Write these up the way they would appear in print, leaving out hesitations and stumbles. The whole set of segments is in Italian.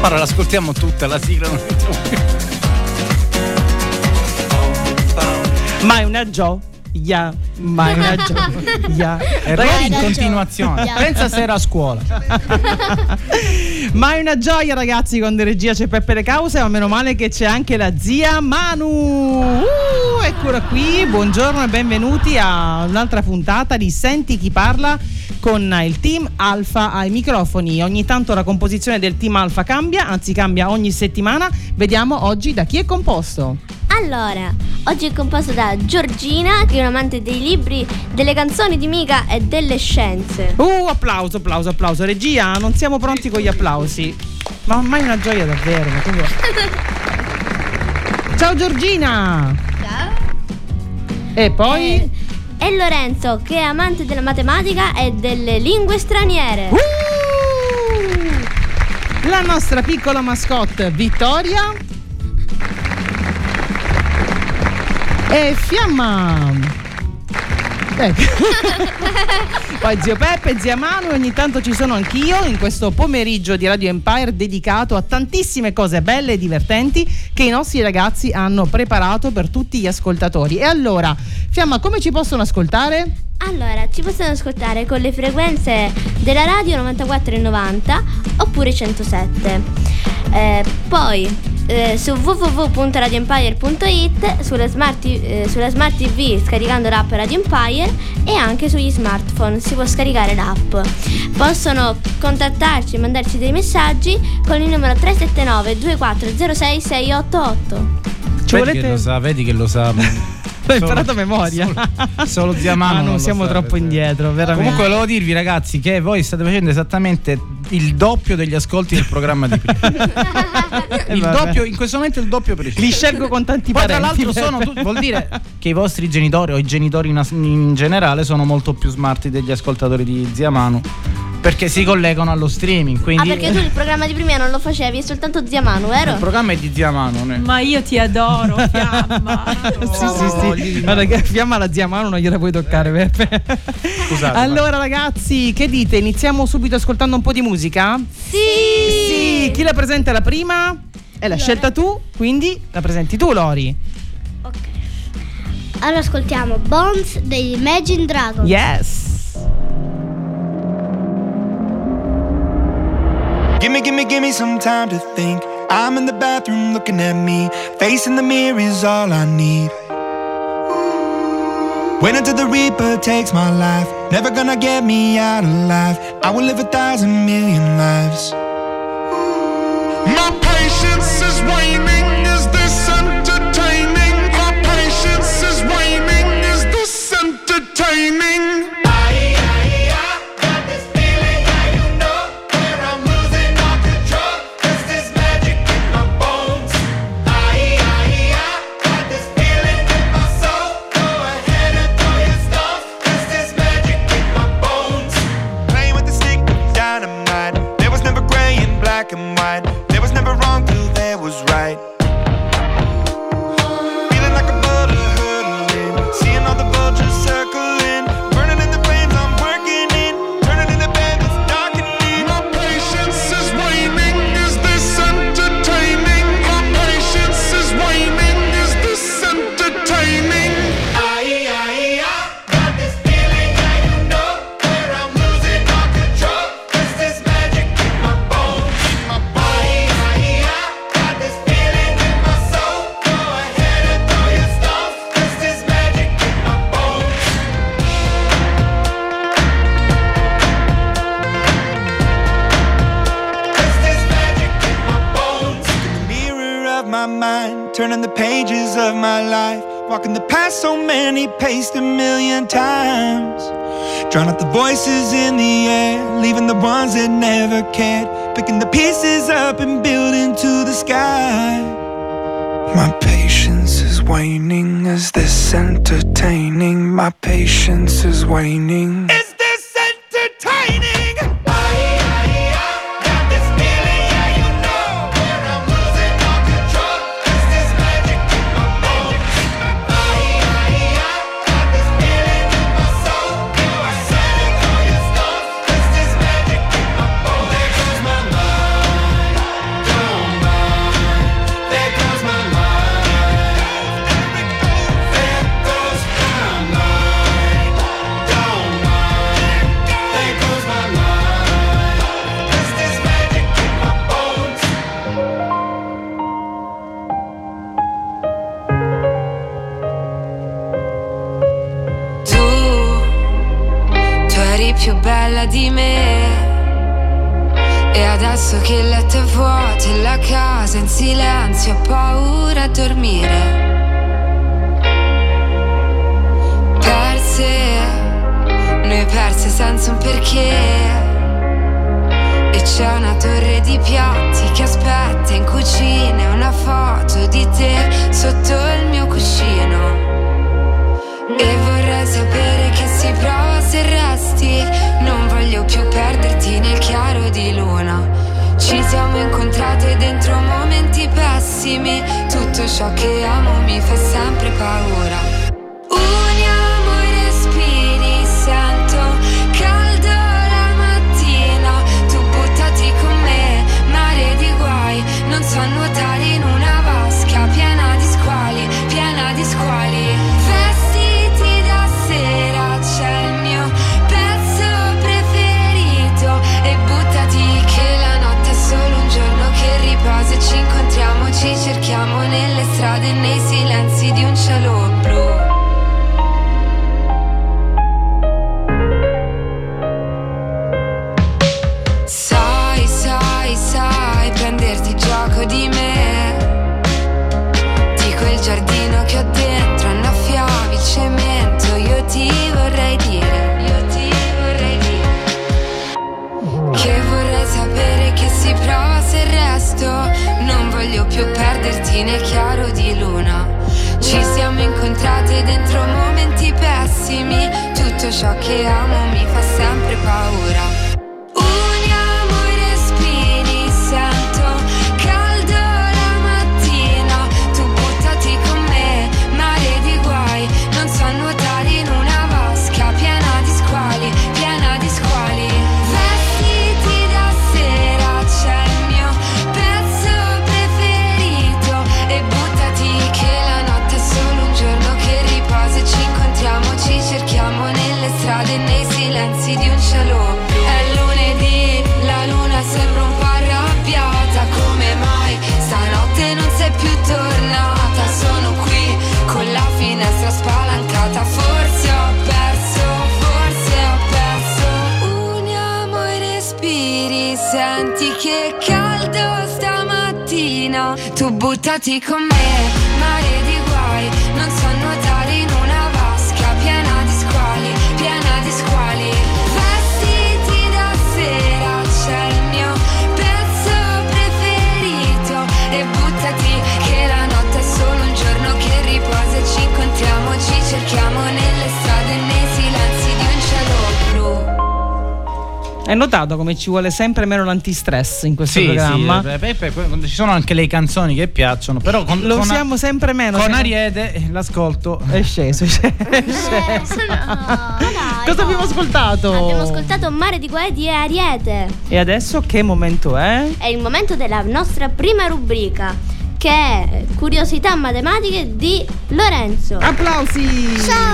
Ora l'ascoltiamo tutta, la sigla non Ma è una gioia, ma è una gioia. Errori in continuazione. Pensa se era a scuola. Ma è una gioia, ragazzi, quando in regia c'è Peppe Le Cause, ma meno male che c'è anche la zia Manu. Eccola qui, buongiorno e benvenuti a un'altra puntata di Senti chi parla con il team Alfa ai microfoni. Ogni tanto la composizione del team Alfa cambia, anzi cambia ogni settimana. Vediamo oggi da chi è composto. Allora, oggi è composto da Giorgina, che è un amante dei libri, delle canzoni di Mika e delle scienze. Applauso. Regia, non siamo pronti con gli applausi. Ma ormai è una gioia davvero. Ciao Giorgina. Ciao. E poi? E Lorenzo, che è amante della matematica e delle lingue straniere. La nostra piccola mascotte Vittoria. E Fiamma. Poi zio Peppe, zia Manu, e ogni tanto ci sono anch'io in questo pomeriggio di Radio Empire dedicato a tantissime cose belle e divertenti che i nostri ragazzi hanno preparato per tutti gli ascoltatori. E allora, Fiamma, come ci possono ascoltare? Allora, ci possono ascoltare con le frequenze della radio 94 e 90 oppure 107. Poi su www.radioempire.it, sulla smart TV scaricando l'app Radio Empire, e anche sugli smartphone si può scaricare l'app. Possono contattarci e mandarci dei messaggi con il numero 379 2406 688. Vedi che lo sa. L'ho imparato a memoria. Solo zia Manu. Non siamo troppo indietro, veramente. Comunque volevo dirvi, ragazzi, che voi state facendo esattamente il doppio degli ascolti del programma di prima. Il doppio, in questo momento il doppio preciso. Li scelgo con tanti poi parenti. tra l'altro vuol dire che i vostri genitori o i genitori in generale sono molto più smart degli ascoltatori di zia Manu, perché si collegano allo streaming, quindi... perché tu il programma di prima non lo facevi, è soltanto zia Manu, vero? Il programma è di zia Manu, né? Ma io ti adoro, Fiamma. Sì. Guarda che Fiamma la zia Manu non gliela puoi toccare, Peppe. Scusate. Allora ragazzi, che dite? Iniziamo subito ascoltando un po' di musica? Sì! Chi la presenta la prima? L'hai scelta tu, quindi la presenti tu, Lori. Ok. Allora ascoltiamo Bones degli Imagine Dragons. Yes! Give me some time to think. I'm in the bathroom looking at me. Facing the mirror is all I need. Wait until the Reaper takes my life. Never gonna get me out alive. I will live 1,000 million lives. My patience is waning. Is this entertaining? My patience is waning. Is this entertaining? And white. There was never wrong till there was right. Feeling like a butter hurtling, seeing all the vultures circling, burning in the flames I'm working in, turning in the bed that's darkening. My patience is waning. Is this entertaining? My patience is waning. Is this entertaining? Got this feeling, yeah, you know, where I'm losing all control. Is this magic in my bones? My mind, turning the pages of my life, walking the path so many paced 1,000,000 times, drown out the voices in the air, leaving the ones that never cared, picking the pieces up and building to the sky. My patience is waning. Is this entertaining? My patience is waning. Is this entertaining? più bella di me. E adesso che il letto è vuoto e la casa in silenzio, ho paura a dormire. Noi perse senza un perché. E c'è una torre di piatti che aspetta in cucina e una foto di te sotto il mio cuscino. E vorrei sapere che si prova se resti. Non voglio più perderti nel chiaro di luna. Ci siamo incontrate dentro momenti pessimi. Tutto ciò che amo mi fa sempre paura. Non so nuotare in una vasca piena di squali, piena di squali. Vestiti da sera, c'è il mio pezzo preferito. E buttati che la notte è solo un giorno che riposa. E ci incontriamo, ci cerchiamo nelle strade e nei silenzi di un cielo blu. Prenderti gioco di me, di quel giardino che ho dentro annaffiavi il cemento. Io ti vorrei dire che vorrei sapere che si prova se resto. Non voglio più perderti nel chiaro di luna. Ci siamo incontrate dentro momenti pessimi. Tutto ciò che amo mi fa sempre paura. Nei silenzi di un cielo blu. È lunedì, la luna sembra un po' arrabbiata. Come mai stanotte non sei più tornata? Sono qui con la finestra spalancata. Forse ho perso. Uniamo i respiri, senti che caldo stamattina. Tu buttati con me, mare di guai. Non so nuotare in una vasca piena di squali, piena di squali. Vestiti da sera, c'è il mio pezzo preferito. E buttati che la notte è solo un giorno che riposa. E ci incontriamo, ci cerchiamo nelle strade, nei silenzi di un cielo blu. Hai notato come ci vuole sempre meno l'antistress in questo programma? Sì, ci sono anche le canzoni che piacciono, però lo usiamo sempre meno. Con Ariete l'ascolto è sceso. Cosa abbiamo ascoltato? Abbiamo ascoltato Mare di Guai di Ariete. E adesso che momento è? È il momento della nostra prima rubrica, che è Curiosità matematiche di Lorenzo. Applausi!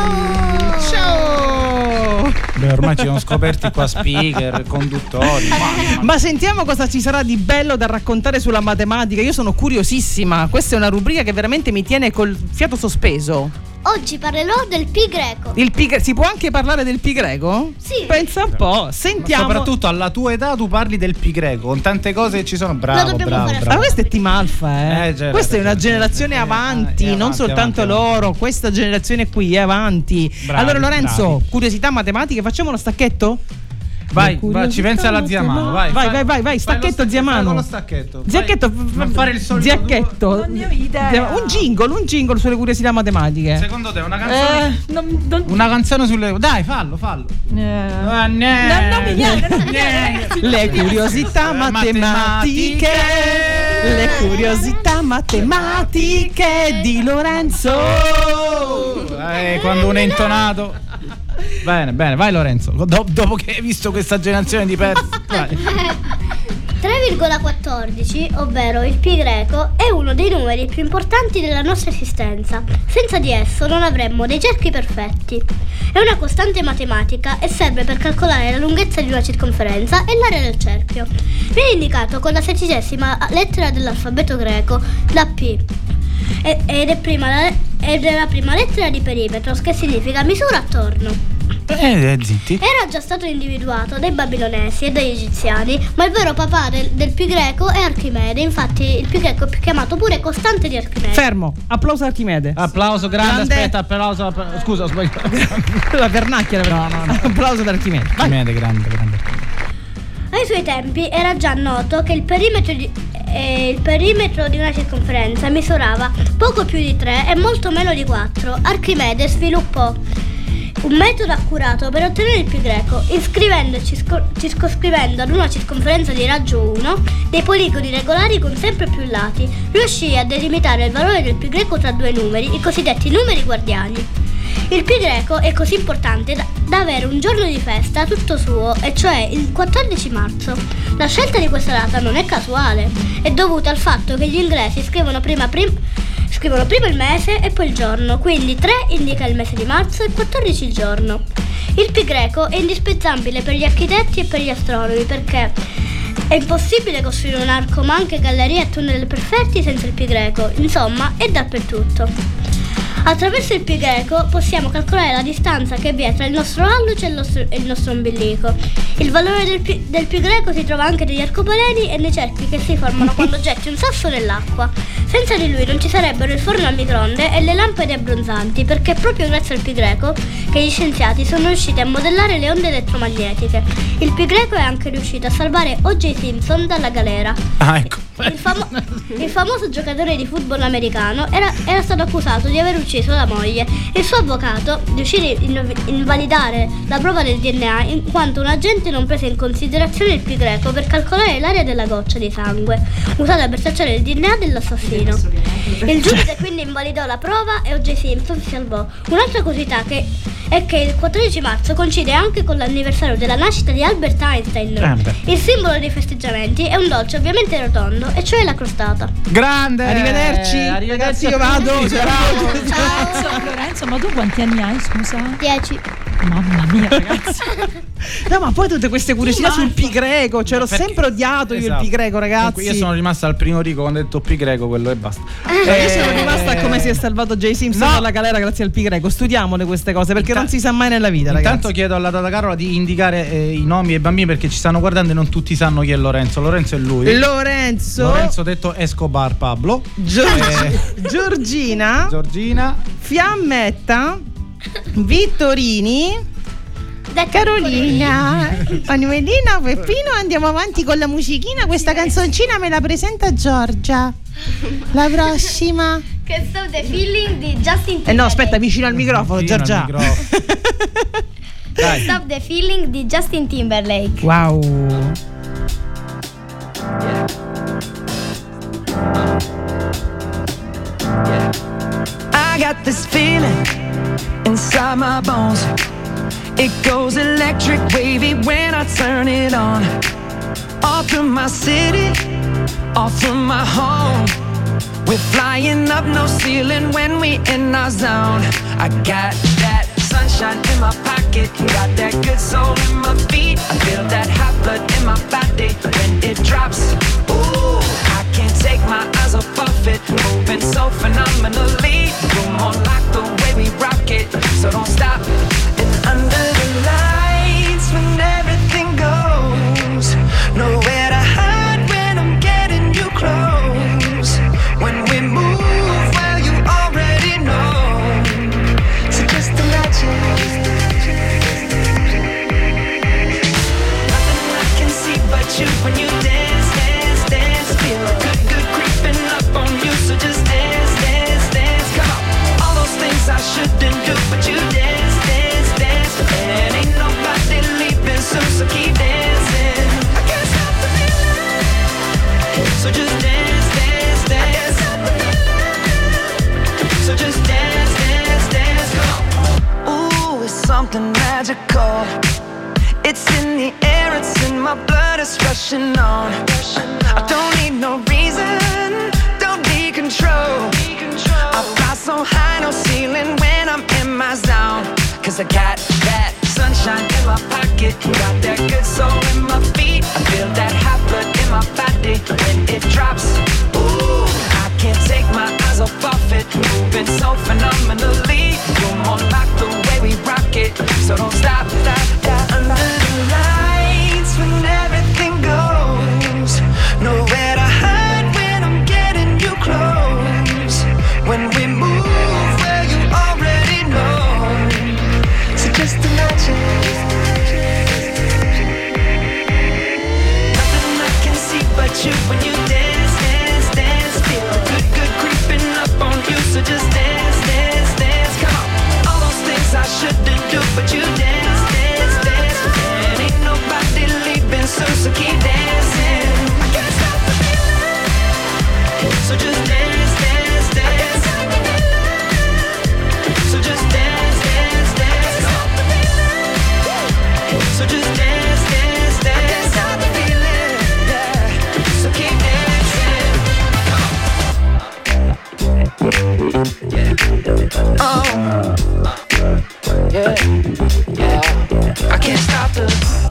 Ciao! Beh, ormai ci siamo scoperti qua speaker, conduttori. Ma sentiamo cosa ci sarà di bello da raccontare sulla matematica. Io sono curiosissima. Questa è una rubrica che veramente mi tiene col fiato sospeso. Oggi parlerò del pi greco. Si può anche parlare del pi greco? Sì. Pensa un po', sentiamo. Ma soprattutto alla tua età tu parli del pi greco, con tante cose che ci sono. Bravo. Ma questo è Team Alpha, questa è una generazione avanti, non soltanto loro, questa generazione qui è avanti. Bravi, allora Lorenzo, bravi. Curiosità matematiche, facciamo uno stacchetto? Vai, ci pensa la zia Manu. Vai, stacchetto zia Manu. Lo stacchetto. Ziacchetto, non fare il solito. Ziacchetto. Non ne ho idea. Un jingle sulle curiosità matematiche. Secondo te una canzone? Una canzone sulle. Dai, fallo. Non mi viene. Le curiosità matematiche. Le curiosità matematiche di Lorenzo. Quando uno è intonato. Bene, vai Lorenzo. Dopo che hai visto questa generazione di persi. 3,14, ovvero il pi greco, è uno dei numeri più importanti della nostra esistenza. Senza di esso non avremmo dei cerchi perfetti. È una costante matematica e serve per calcolare la lunghezza di una circonferenza e l'area del cerchio. Viene indicato con la 16ª lettera dell'alfabeto greco, la P. Ed è la prima lettera di perimetro, che significa misura attorno. Zitti. Era già stato individuato dai babilonesi e dagli egiziani, ma il vero papà del pi greco è Archimede. Infatti il pi greco è chiamato pure costante di Archimede. Fermo, applauso a Archimede. Applauso grande. Aspetta, applauso. Scusa, ho sbagliato. La vernacchia. No. Applauso per Archimede. Archimede, grande. Ai suoi tempi era già noto che il perimetro di una circonferenza misurava poco più di 3 e molto meno di 4. Archimede sviluppò un metodo accurato per ottenere il pi greco, iscrivendo e circoscrivendo ad una circonferenza di raggio 1 dei poligoni regolari con sempre più lati. Riuscì a delimitare il valore del pi greco tra due numeri, i cosiddetti numeri guardiani. Il pi greco è così importante da avere un giorno di festa tutto suo, e cioè il 14 marzo. La scelta di questa data non è casuale, è dovuta al fatto che gli inglesi scrivono prima il mese e poi il giorno, quindi 3 indica il mese di marzo e 14 il giorno. Il pi greco è indispensabile per gli architetti e per gli astronomi, perché è impossibile costruire un arco, ma anche gallerie e tunnel perfetti senza il pi greco. Insomma, è dappertutto. Attraverso il pi greco possiamo calcolare la distanza che vi è tra il nostro alluce e il nostro ombelico. Il valore del pi greco si trova anche negli arcobaleni e nei cerchi che si formano quando getti un sasso nell'acqua. Senza di lui non ci sarebbero il forno a microonde e le lampade abbronzanti, perché è proprio grazie al pi greco che gli scienziati sono riusciti a modellare le onde elettromagnetiche. Il pi greco è anche riuscito a salvare O.J. Simpson dalla galera. Ah, ecco. Il famoso giocatore di football americano era stato accusato di aver ucciso la moglie. Il suo avvocato riuscì a invalidare la prova del DNA in quanto un agente non prese in considerazione il pi greco per calcolare l'area della goccia di sangue usata per tracciare il DNA dell'assassino. Il giudice quindi invalidò la prova e O.J. Simpson si salvò. Un'altra curiosità è che il 14 marzo coincide anche con l'anniversario della nascita di Albert Einstein. Il simbolo dei festeggiamenti è un dolce ovviamente rotondo, e cioè la crostata. Grande! Arrivederci. Ragazzi, io vado. Ciao Lorenzo, ma tu quanti anni hai, scusa? 10. Mamma mia, ragazzi. No, ma poi tutte queste curiosità sul pi greco, cioè l'ho sempre odiato io il pi greco, ragazzi. Io sono rimasta al primo rigo quando ho detto pi greco, quello e basta. Io sono rimasta come si è salvato J. Simpson dalla galera grazie al pi greco. Studiamole queste cose, perché non si sa mai nella vita, ragazzi. Intanto chiedo alla Tata Carola di indicare i nomi ai bambini, perché ci stanno guardando e non tutti sanno chi è Lorenzo. Lorenzo è lui. Lorenzo detto Escobar Pablo. Giorgina. Fiammetta. Vittorini. Carolina, Manuelina, Peppino. Andiamo avanti con la musichina. Questa canzoncina me la presenta Giorgia. La prossima. Che Stop the Feeling di Justin Timberlake. No, aspetta, vicino al microfono, Giorgia. Dai. Stop the Feeling di Justin Timberlake. Wow. I got this feeling inside my bones. It goes electric wavy when I turn it on. Off from my city, off from my home. We're flying up no ceiling when we in our zone. I got that sunshine in my pocket, got that good soul in my feet. I feel that hot blood in my body when it drops. Ooh, I can't take my eyes off of it, moving so phenomenally. Come on, like the way we rock it, so don't stop. And under the lights when everything goes, nowhere to hide when I'm getting you close. When we move, well, you already know. So just imagine. Nothing I can see but you when you dance, dance, dance. Feel good, good creeping up on you. So just dance, dance, dance. Come on. All those things I shouldn't do, but you dance, dance, dance. And ain't nobody leaving soon, so keep dancing. I can't stop the feeling. So just dance, dance, dance. So just dance, dance, dance, come on. Ooh, it's something magical. It's in the air, it's in my blood, it's rushing on. I don't need no reason, don't need control. I fly so high, no ceiling when I'm in my zone. Cause I got that sunshine in my pocket, got that good soul in my feet. I feel that hot blood in my body when it drops. Ooh, I can't take my eyes off of it, moving so phenomenally. You're more like the way we rock it, So don't stop, stop, stop. Under the lights when everything goes, nowhere to hide when I'm getting you close. When we move where you already know, so just imagine. Nothing I can see but you when you dance, dance, dance. Feel the good, good creeping up on you, so just dance, dance, dance. Come on, all those things I shouldn't do, but you dance, dance, dance. And ain't nobody leaving soon, so keep dancing. I can't stop the feeling, so just dance, dance, dance. So just dance, dance, dance. So just dance, dance, dance. I can't stop the feeling, yeah. So keep dancing. Oh, yeah, yeah. I can't stop the.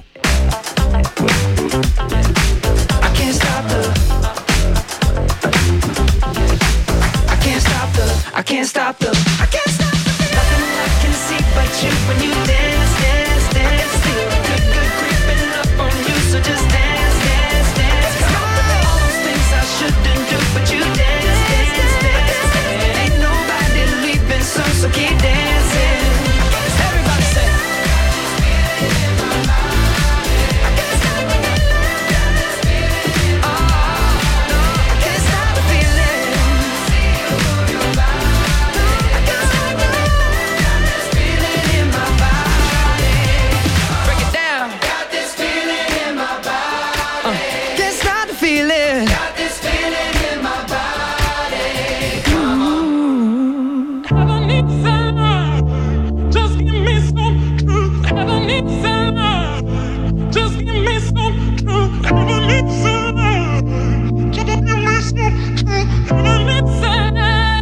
I can't stop the. I can't stop the. I can't stop the. I can't stop the. Nothing I can see but you when you dance, dance, dance. Feel the good, good creeping up on you, so just dance, dance, dance. Come on, all those things I shouldn't do, but you dance, dance, dance. And ain't nobody leaving soon, so keep dancing. Everybody say. I can't stop the feeling. Oh no, I can't stop the feeling. I can't stop the feeling in my body. Break it down. Got this feeling in my body. Can't stop the feeling. Got this feeling in my body. Come on. I need some, just give me some truth. I need some, just give me some truth. I need some, just give me some truth. I need some.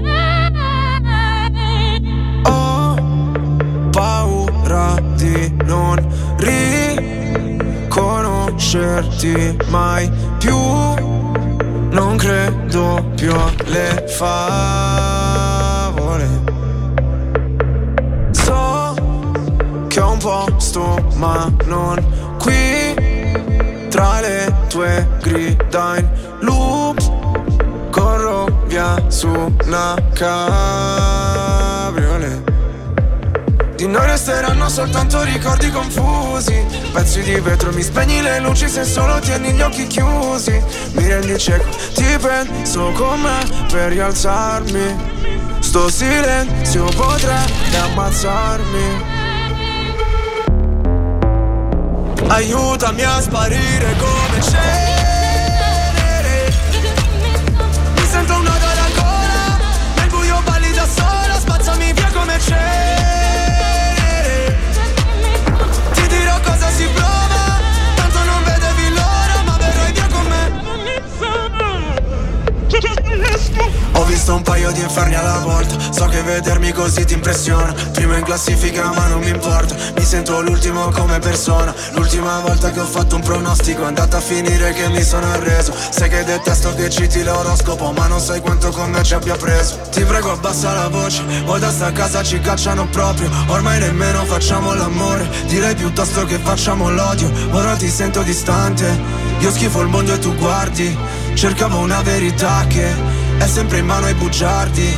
Ho paura di non riconoscerti mai più. Non credo più alle favole. So che ho un posto ma non qui. Tra le tue grida in loop corro via su una cabriolet. Di noi resteranno soltanto ricordi confusi, pezzi di vetro, mi spegni le luci se solo tieni gli occhi chiusi. Mi rendi cieco, ti penso con me per rialzarmi. Sto silenzio potrebbe ammazzarmi. Aiutami a sparire come cenere. Mi sento un nodo alla gola, nel buio balli da sola, spazzami via come cenere. Ti dirò cosa si prova, tanto non vedevi l'ora, ma verrai via con me. Ho visto un paio di inferni alla volta, so che vedermi così ti impressiona. Primo in classifica ma non mi importa, mi sento l'ultimo come persona. L'ultima volta che ho fatto un pronostico è andata a finire che mi sono arreso. Sai che detesto che citi l'oroscopo, ma non sai quanto con me ci abbia preso. Ti prego abbassa la voce, o da sta casa ci cacciano proprio. Ormai nemmeno facciamo l'amore, direi piuttosto che facciamo l'odio. Ora ti sento distante, io schifo il mondo e tu guardi. Cercavo una verità che è sempre in mano ai bugiardi.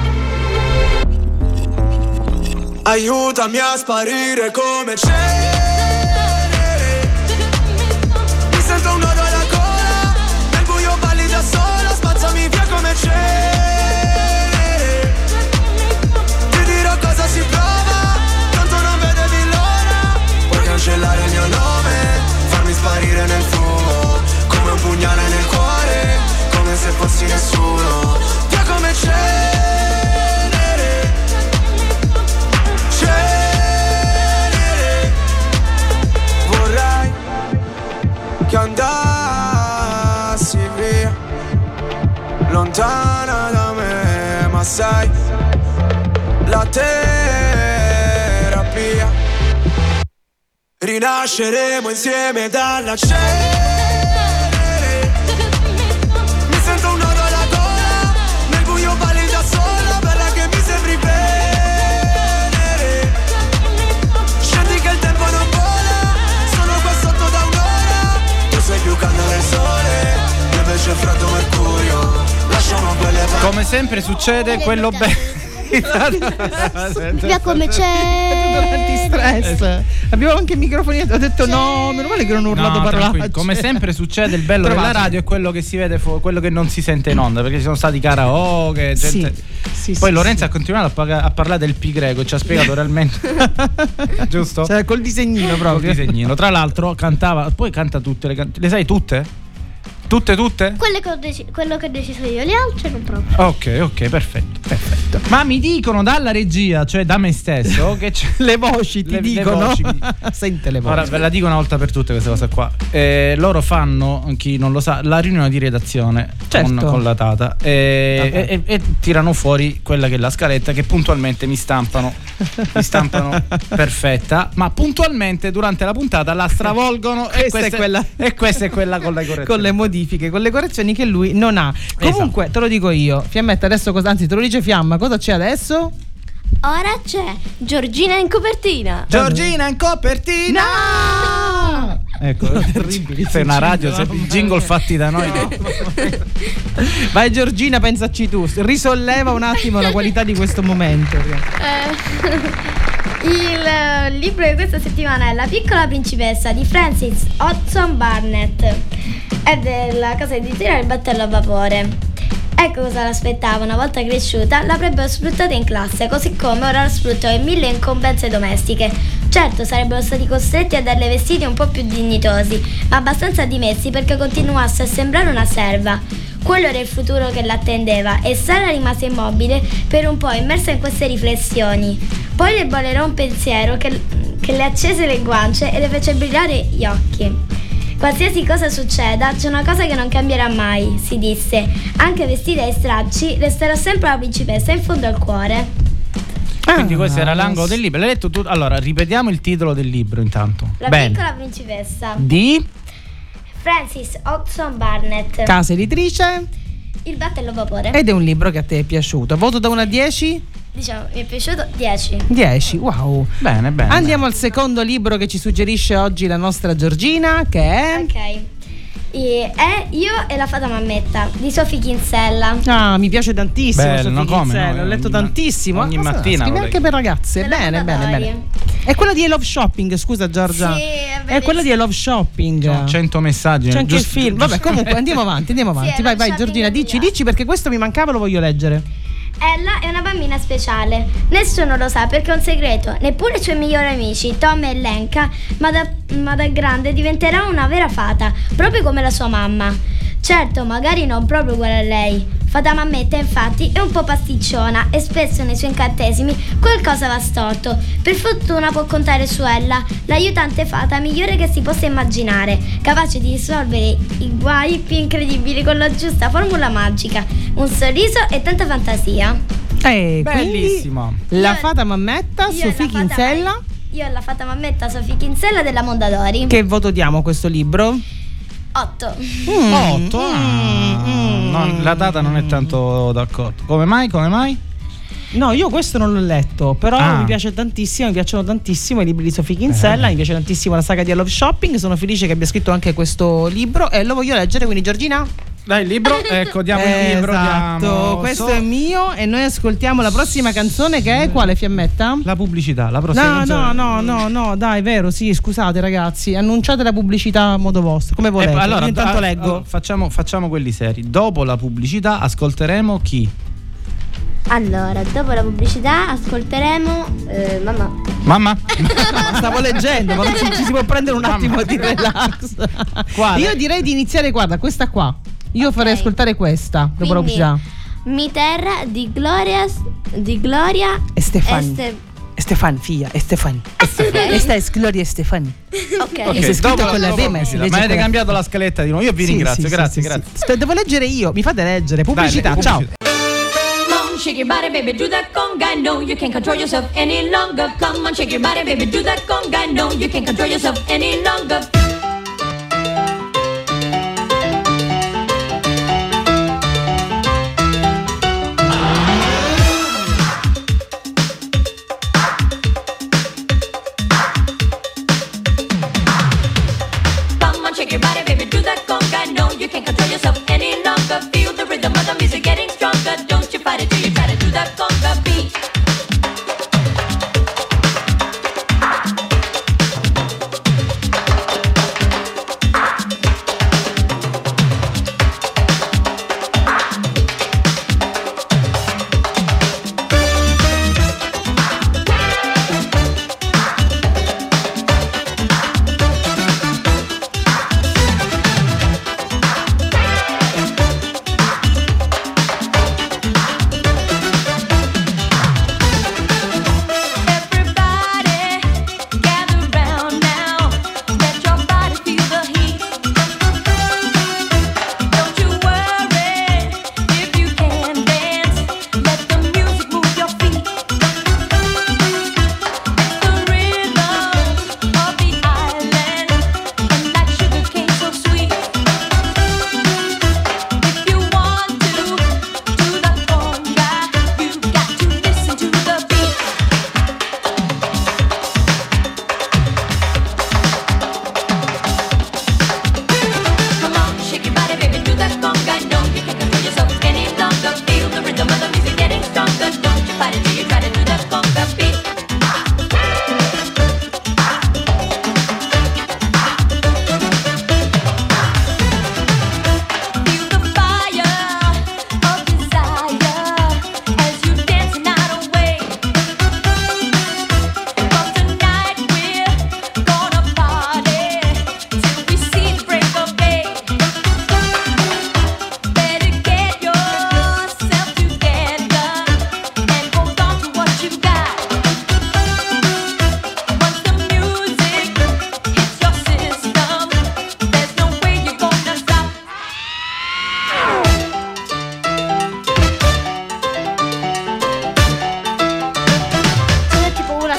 Aiutami a sparire come cenere. Mi sento un nodo alla gola, nel buio balli da sola, spazzami via come cenere. Ti dirò cosa si prova, tanto non vedevi l'ora. Puoi cancellare il mio nome, farmi sparire nel fumo, come un pugnale nel cuore, come se fossi nessuno. Via come cenere, cenere. Vorrei che andassi via, lontana da me, ma sai, la terapia. Rinasceremo insieme dalla cenere. Mi sento un nodo alla gola, nel buio balli da sola, bella che mi sembri venere. sempre succede, quello bello. Via come c'è l'antistress. Abbiamo anche il microfonino. Ho detto no, meno male che non ho urlato parolacce. Come sempre succede, il bello della radio è quello che si vede quello che non si sente in onda, perché ci sono stati karaoke, gente. Poi Lorenzo ha continuato a parlare del pi greco, ci ha spiegato realmente. Giusto? Cioè, col disegnino proprio. Col disegnino. Tra l'altro cantava, poi canta tutte le sai tutte? Tutte? Quello che ho deciso io, le altre non proprio. Ok, perfetto. Ma mi dicono dalla regia, cioè da me stesso, che c'è le voci ti dicono. Voci Sente le voci. Ora ve la dico una volta per tutte questa cosa qua. Loro fanno, chi non lo sa, la riunione di redazione, certo, con la Tata e tirano fuori quella che è la scaletta, che puntualmente mi stampano perfetta, ma puntualmente durante la puntata la stravolgono e questa è quella con le correzioni. Con le modifiche, con le correzioni che lui non ha. Comunque, esatto, te lo dico io, Fiammetta, adesso anzi te lo dice Fiamma, cosa c'è adesso? Ora c'è Giorgina in copertina. Giorgina in copertina! No! Ecco, terribile. Se è una radio, se i jingle fatti da noi. No. Vai Giorgina, pensaci tu, risolleva un attimo la qualità di questo momento. Il libro di questa settimana è La piccola principessa di Frances Hodgson Burnett. È della casa editoriale Il Battello a Vapore. Ecco cosa l'aspettava. Una volta cresciuta l'avrebbero sfruttata in classe, così come ora la sfruttano in 1000 incombenze domestiche. Certo, sarebbero stati costretti a darle vestiti un po' più dignitosi, ma abbastanza dimessi perché continuasse a sembrare una serva. Quello era il futuro che l'attendeva e Sara rimase immobile per un po', immersa in queste riflessioni. Poi le bollò un pensiero che le accese le guance e le fece brillare gli occhi. Qualsiasi cosa succeda, c'è una cosa che non cambierà mai, si disse. Anche vestita ai stracci, resterà sempre la principessa in fondo al cuore. Quindi questo era l'angolo del libro. L'hai letto tu? Allora, ripetiamo il titolo del libro intanto. La piccola principessa di Frances Hodgson Burnett. Casa editrice Il Battello a Vapore. Ed è un libro che a te è piaciuto. Voto da 1 a 10? Diciamo, mi è piaciuto 10. 10, wow. Bene. Andiamo al secondo libro che ci suggerisce oggi la nostra Giorgina, che è... Ok. È Io e la fata mammetta di Sophie Kinsella. Ah, mi piace tantissimo. Bello, Sophie Kinsella, no? L'ho letto tantissimo. Ogni mattina. Scrive anche per ragazze. Bene. È quella di I Love Shopping, scusa Giorgia. Sì, è quella di I Love Shopping. Sono 100 messaggi. C'è anche il film. Vabbè, comunque andiamo avanti. Sì, vai Giorgina, dici perché questo mi mancava, lo voglio leggere. Ella è una bambina speciale. Nessuno lo sa perché è un segreto, neppure i suoi migliori amici, Tom e Lenka, ma da grande diventerà una vera fata, proprio come la sua mamma. Certo, magari non proprio uguale a lei. Fata mammetta, infatti, è un po' pasticciona e spesso nei suoi incantesimi qualcosa va storto. Per fortuna può contare su ella, l'aiutante fata migliore che si possa immaginare, capace di risolvere i guai più incredibili con la giusta formula magica, un sorriso e tanta fantasia. Bellissimo. La fata mammetta, Sophie Kinsella. Io ho la fata mammetta Sophie Kinsella della Mondadori. Che voto diamo a questo libro? 8. 8? La Tata non è tanto d'accordo. Come mai? No, io questo non l'ho letto, però mi piace tantissimo, mi piacciono tantissimo i libri di Sophie Kinsella, mi piace tantissimo la saga di I Love Shopping, sono felice che abbia scritto anche questo libro e lo voglio leggere, quindi Giorgina? Dai, il libro, ecco, diamo il libro. Esatto, questo è mio e noi ascoltiamo la prossima canzone che è quale, Fiammetta? La pubblicità, la prossima canzone. No, dai, vero, sì, scusate ragazzi, annunciate la pubblicità a modo vostro, come volete. Allora, intanto leggo. Facciamo quelli seri. Dopo la pubblicità ascolteremo chi? Allora, dopo la pubblicità ascolteremo Mamma? Stavo leggendo, ma ci si può prendere un attimo di relax. Quale? Io direi di iniziare, guarda, questa qua. Io farei ascoltare questa dopo la pubblicità. Mi terra di Gloria e Stefan, figlia, e Stefan. Questa è Gloria e Stefan. Ok. E si è scritto con la B, ma si legge. Ma avete cambiato la scaletta di nuovo. Io vi ringrazio, grazie. Devo leggere io, mi fate leggere. Pubblicità, Dai, ciao. Shake your body, baby, do that conga. No, you can't control yourself any longer. Come on, shake your body, baby, do that conga. No, you can't control yourself any longer. Come on, shake your body, baby, do that conga. No, you can't control yourself any longer. Feel the rhythm of the music getting stronger. Don't you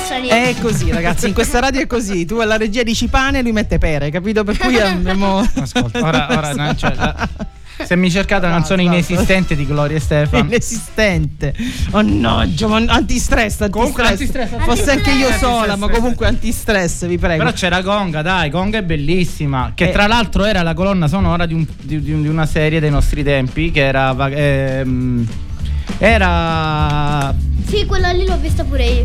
stranieri. È così, ragazzi, in questa radio è così. Tu alla regia dici pane, lui mette pere, capito? Per cui abbiamo. Ascolta, ora no, se mi cercate una canzone inesistente di Gloria Estefan. Inesistente. Mannaggia, antistress. Comunque antistress. Fosse anche io sola, ma comunque antistress, vi prego. Però c'era Conga, dai, Conga è bellissima. Che tra l'altro era la colonna sonora di una serie dei nostri tempi. Che era Sì, quella lì l'ho vista pure io.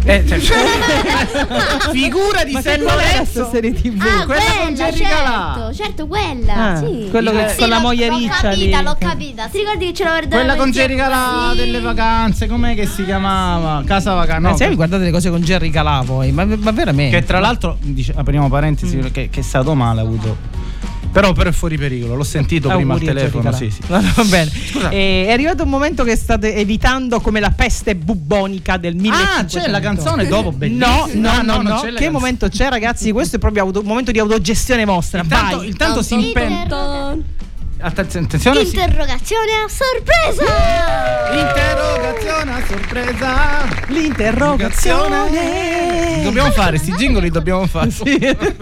Figura di San Lorenzo. Serie TV. Quella con Jerry Calà. Certo, quella. Sì. Quello che con la moglie riccia lì. L'ho capita. Ti ricordi che ce l'ho guardata? Quella con Jerry Calà delle vacanze, com'è che si chiamava? Casa Vacanze. No, se vi guardate le cose con Jerry Calà poi, ma veramente. Che tra l'altro, apriamo parentesi, che è stato male, ha avuto. Però è fuori pericolo, l'ho sentito prima al telefono. Sì. Va bene. È arrivato un momento che state evitando come la peste bubbonica del 1500. Ah, c'è la canzone dopo, bellissima. No. Che momento c'è, ragazzi? Questo è proprio un momento di autogestione vostra. Intanto si impegna. Attenzione. Interrogazione a sorpresa. Interrogazione a sorpresa. L'interrogazione. Dobbiamo fare, sti jingoli dobbiamo fare. Sì.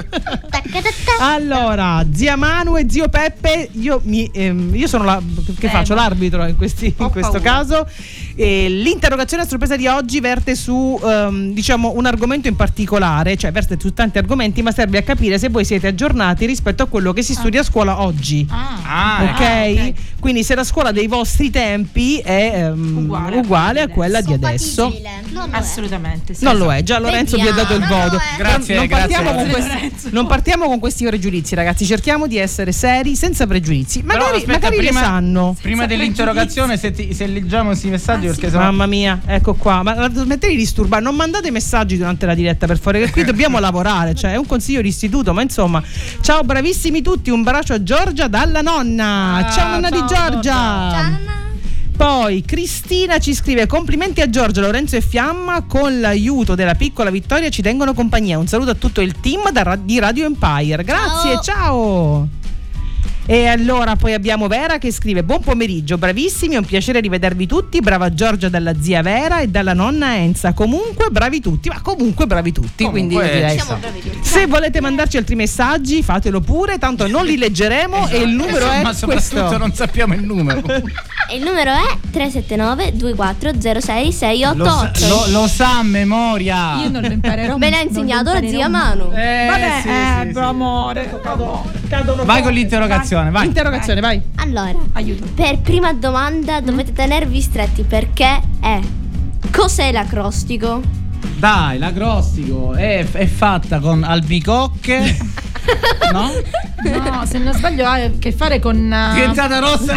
Allora, zia Manu e zio Peppe, io sono faccio l'arbitro in questo caso. L'interrogazione a sorpresa di oggi verte su diciamo un argomento in particolare, cioè verte su tanti argomenti, ma serve a capire se voi siete aggiornati rispetto a quello che si studia a scuola oggi. Ok? Quindi se la scuola dei vostri tempi è uguale a quella di adesso. Assolutamente sì. Non lo è, già Lorenzo vi ha dato il voto. Grazie. Non partiamo con questi pregiudizi, ragazzi, cerchiamo di essere seri senza pregiudizi. Magari le sanno. Prima dell'interrogazione, se leggiamo questi messaggi, perché mamma mia, ecco qua. Ma smettete di disturbare, non mandate messaggi durante la diretta, per favore, che qui dobbiamo lavorare, cioè è un consiglio di istituto, ma insomma. Ciao bravissimi tutti, un bacio a Giorgia dalla nonna. Ciao nonna di Giorgia. Ciao nonna. Poi Cristina ci scrive: complimenti a Giorgia, Lorenzo e Fiamma, con l'aiuto della piccola Vittoria ci tengono compagnia. Un saluto a tutto il team di Radio Empire. Grazie, ciao. E allora poi abbiamo Vera che scrive: buon pomeriggio, bravissimi, è un piacere rivedervi tutti. Brava Giorgia dalla zia Vera e dalla nonna Enza. Comunque bravi tutti, quindi direi, siamo bravi tutti. se volete mandarci altri messaggi fatelo pure, tanto non li leggeremo. E il numero è ma soprattutto questo. non sappiamo il numero. E il numero è 379 2406 688. Lo sa a memoria. Io non lo imparerò. Me l'ha insegnato la zia Manu. Vabbè, sì. amore. Vai con l'interrogazione. Vai. Interrogazione, vai. Allora, aiuto. Per prima domanda dovete tenervi stretti perché è: cos'è l'acrostico? Dai, l'acrostico è fatta con albicocche. No? No, se non sbaglio ha a che fare con Diventata rossa.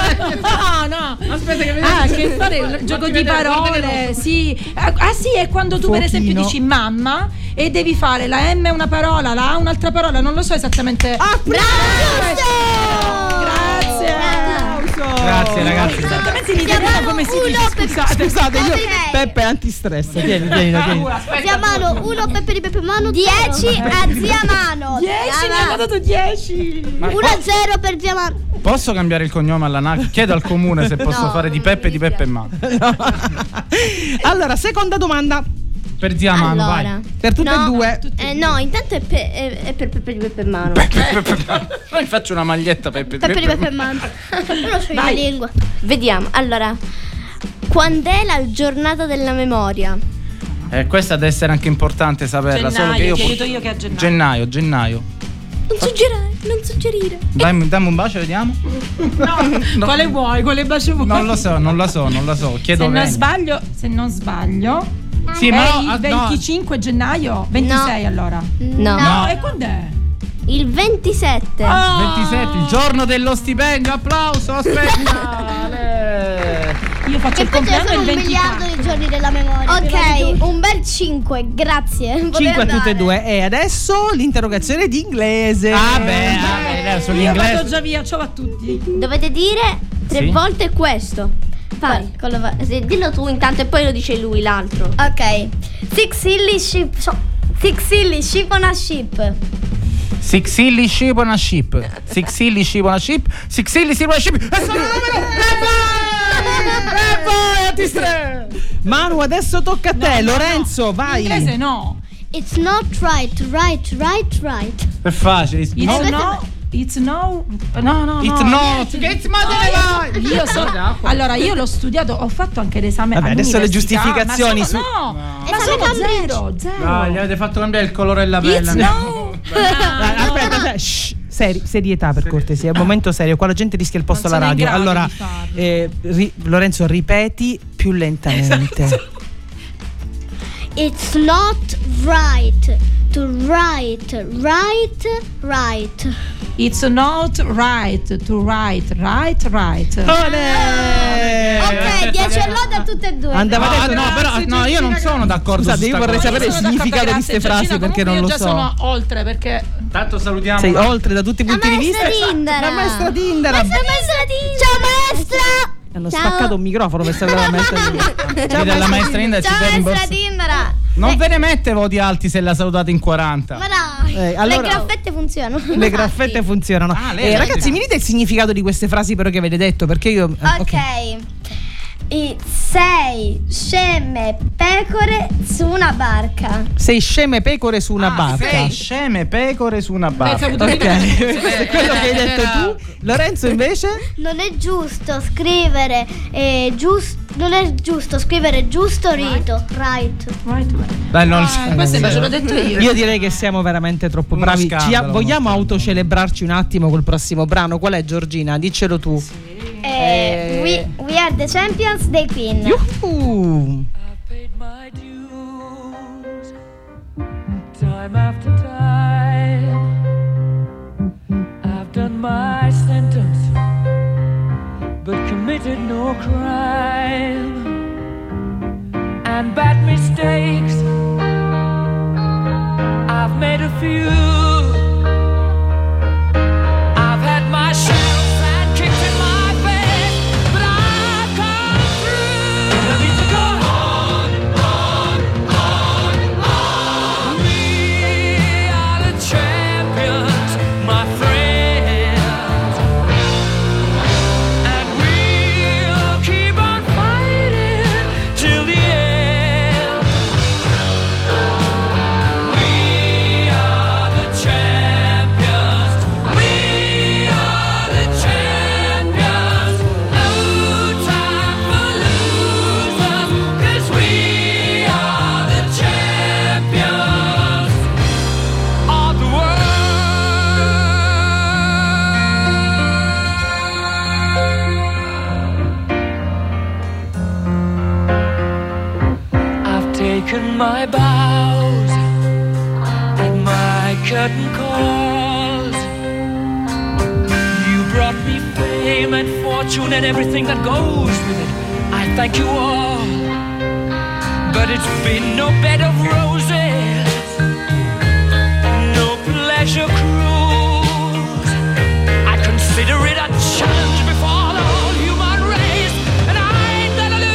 No. Aspetta che ha a che fare un gioco di parole. Sì. Sì, è quando tu per esempio dici mamma e devi fare la M una parola, la A un'altra parola, non lo so esattamente. Grazie ragazzi. Esattamente in italiano come si dice? Scusate, io Peppe è antistress. Tieni. Zia Mano, 1 Peppe di Peppe Mano, 10 a zia Mano. 10, mi hanno dato 10. 1-0 per zia Mano. Posso cambiare il cognome all'anac? Chiedo al comune se posso fare di Peppe e di Peppe e Mano. Allora, seconda domanda. Per zia Mano, vai. Per tutte e due. No, intanto è per Peppe di Peppe Mano. Poi faccio una maglietta Peppe di Peppe di Peppe Mano. Non so la lingua. Vediamo. Allora, quando è la giornata della memoria? Questa deve essere anche importante saperla. Gennaio, solo che io ti aiuto io che a gennaio. Gennaio. Non suggerire. Dammi un bacio, vediamo. No. Quale vuoi? Quale bacio vuoi? Non la so. Chiedo Se non sbaglio. Sì, ma il 25 gennaio? 26 allora? No. E quando è? Il 27. 27, il giorno dello stipendio. Applauso, aspetta. Io faccio il compleanno il 24. 1 miliardo di giorni della memoria. Ok, un bel 5, grazie. 5 a tutte e due. E adesso l'interrogazione di inglese. Io vado già via, ciao a tutti. Dovete dire 3 volte questo. Vai, dillo tu intanto e poi lo dice lui l'altro. Ok. Six silly sheep on a ship. Six silly sheep on a ship. Six silly sheep on a ship. Six silly sheep on a ship. E sono numero. E vai, Manu, adesso tocca a te. Lorenzo, vai. In inglese no. It's not right. È facile. It's no. It's no. No. It's not. Allora, io l'ho studiato, ho fatto anche l'esame. Vabbè, adesso le giustificazioni ma sono zero. No, gli avete fatto cambiare il colore della pelle. It's no. Aspetta, serietà per cortesia, è un momento serio, qua la gente rischia il posto alla radio. Allora, Lorenzo, ripeti più lentamente. It's not right to write. It's not right to write. Olè! Ok, 10 lode a tutte e due. Andava detto, no, io non sono d'accordo. Scusate, io vorrei sapere il significato di queste frasi perché non lo so. Io già sono oltre, perché tanto salutiamo. Sei oltre da tutti i punti di vista. La maestra Tindara. Ciao maestra. Hanno spaccato un microfono per stare la maestra Tindara. Ciao la maestra Tindara. Ciao maestra Tindara. Non ve ne mette voti alti se la salutate in 40. Ma dai, allora, le graffette funzionano. Le graffette funzionano. Ragazzi, mi dite il significato di queste frasi però che avete detto, perché io... Ok. 6 sceme pecore su una barca. 6 sceme pecore su una barca. 6 sceme pecore su una barca. Ok, questo è quello che hai detto tu. Lorenzo invece? Non è giusto scrivere non è giusto scrivere giusto rito. Right. Dai, questo invece l'ho detto io. Io direi che siamo veramente troppo bravi. Vogliamo autocelebrarci un attimo col prossimo brano? Qual è, Giorgina? Diccelo tu. We are the champions dei Queen. Yuhu. Time after time, I've done my sentence, but committed no crime. And bad mistakes, I've made a few. I've had my share of bad kicks in my face, but I've come through. I need to go on. We are the champions, my friends, and we'll keep on fighting till the end. We are the champions. We are the champions. No time for losers, 'cause we are the champions of the world. I've taken my bows and my curtain calls. You brought me fame and fortune and everything that goes with it. I thank you all, but it's been no bed of roses, no pleasure cruise. I consider it a challenge before the whole human race, and I ain't gonna lose.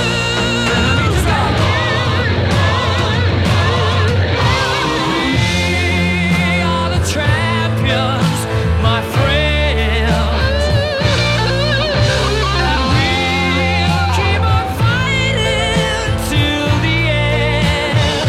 We are the champions, my friends, and we'll keep on fighting till the end.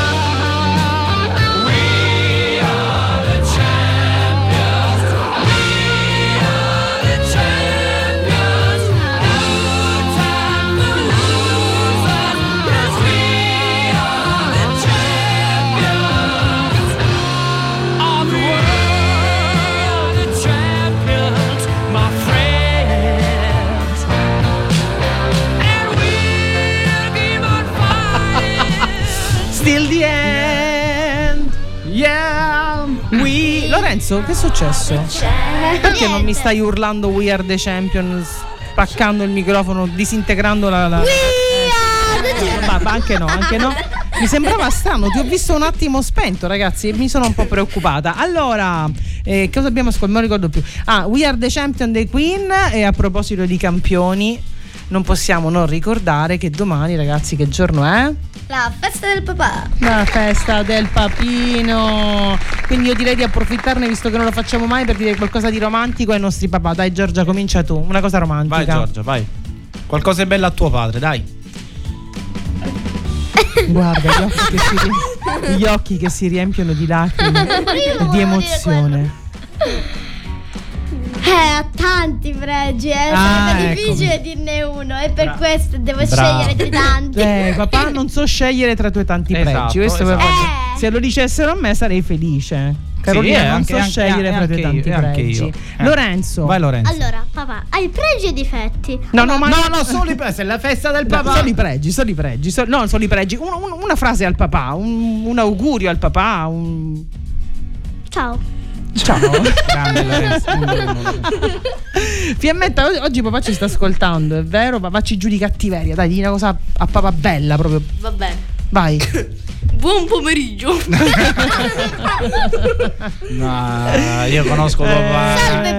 We are the champions. We are the champions. No time for losers, 'cause we are the champions of the world. The champions, my friends, and we'll keep on fighting. Still the end. Yeah. Lorenzo, che è successo? Perché non mi stai urlando We are the champions, spaccando il microfono, disintegrando la... Anche no. Mi sembrava strano, ti ho visto un attimo spento, ragazzi, e mi sono un po' preoccupata. Allora, cosa abbiamo ascoltato? Non ricordo più. We are the champion dei Queen. E a proposito di campioni, non possiamo non ricordare che domani, ragazzi, che giorno è? La festa del papà. La festa del papino. Quindi io direi di approfittarne, visto che non lo facciamo mai, per dire qualcosa di romantico ai nostri papà. Dai Giorgia, comincia tu, una cosa romantica. Vai Giorgia, vai. Qualcosa è bello a tuo padre, dai. Guarda, gli occhi che si riempiono di lacrime e di emozione. Ha tanti pregi, sarebbe difficile dirne uno, e per questo devo scegliere tra i tanti. Papà, non so scegliere tra i tuoi tanti pregi. Questo se lo dicessero a me sarei felice. Carolina, non so scegliere tra i tuoi tanti pregi. Lorenzo. Vai, Lorenzo. Allora, papà, hai pregi e difetti? No, solo i pregi. È la festa del papà. Solo i pregi. No, solo i pregi. Una frase al papà, un augurio al papà. Ciao. Grande Lorenzo. Fiammetta, oggi papà ci sta ascoltando, è vero? Papà ci giudica cattiveria. Dai, di una cosa a papà bella proprio. Va bene. Vai. Buon pomeriggio. No, io conosco papà.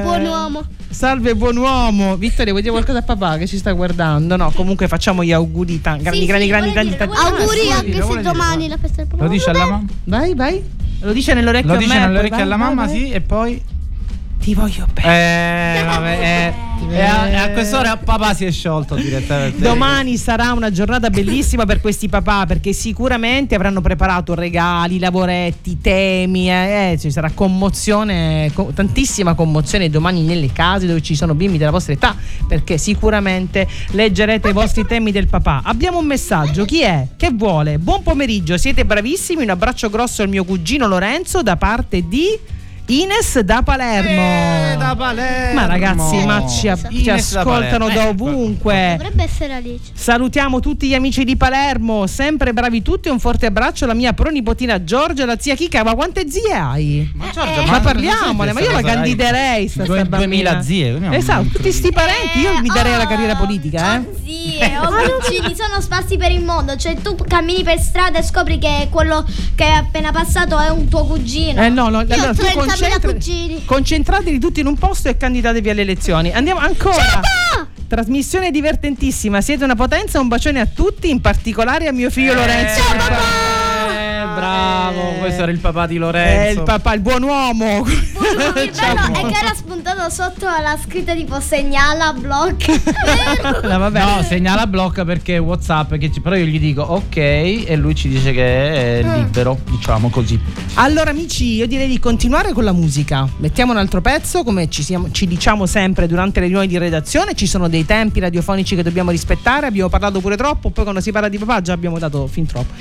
Salve buon uomo. Vittoria, vuoi dire qualcosa a papà che ci sta guardando? No, comunque facciamo gli auguri grandi. Auguri anche se domani la festa del papà. Lo dice alla mamma? Vai. Lo dice nell'orecchio alla mamma, sì, e poi ti voglio bene. A quest'ora papà si è sciolto direttamente. Domani sarà una giornata bellissima per questi papà, perché sicuramente avranno preparato regali, lavoretti, temi, ci sarà commozione, tantissima commozione domani nelle case dove ci sono bimbi della vostra età, perché sicuramente leggerete i vostri temi del papà. Abbiamo un messaggio, chi è? Che vuole? Buon pomeriggio, siete bravissimi, un abbraccio grosso al mio cugino Lorenzo da parte di Ines da Palermo. Ma ragazzi, ci ascoltano da ovunque. Dovrebbe essere Alice. Salutiamo tutti gli amici di Palermo, sempre bravi tutti. Un forte abbraccio alla mia pronipotina Giorgia, la zia Chica. Ma quante zie hai? Ma Giorgia, ma parliamone, ma io la candiderei sta 2000 zie. Esatto, tutti sti parenti. Io mi darei la carriera politica, zie o cugini sono sparsi per il mondo. Cioè tu cammini per strada e scopri che quello che è appena passato è un tuo cugino. No, allora tu concentratevi tutti in un posto e candidatevi alle elezioni. Andiamo ancora. Ciao! Trasmissione divertentissima, siete una potenza, un bacione a tutti, in particolare a mio figlio Lorenzo. Ciao papà! Bravo, questo era il papà di Lorenzo. Il papà, il buon uomo. Il bello è che era spuntato sotto la scritta tipo segnala blocca. No, segnala blocca perché WhatsApp, però io gli dico ok e lui ci dice che è libero, diciamo così. Allora amici, io direi di continuare con la musica. Mettiamo un altro pezzo, come ci diciamo sempre durante le riunioni di redazione. Ci sono dei tempi radiofonici che dobbiamo rispettare. Abbiamo parlato pure troppo, poi quando si parla di papà già abbiamo dato fin troppo.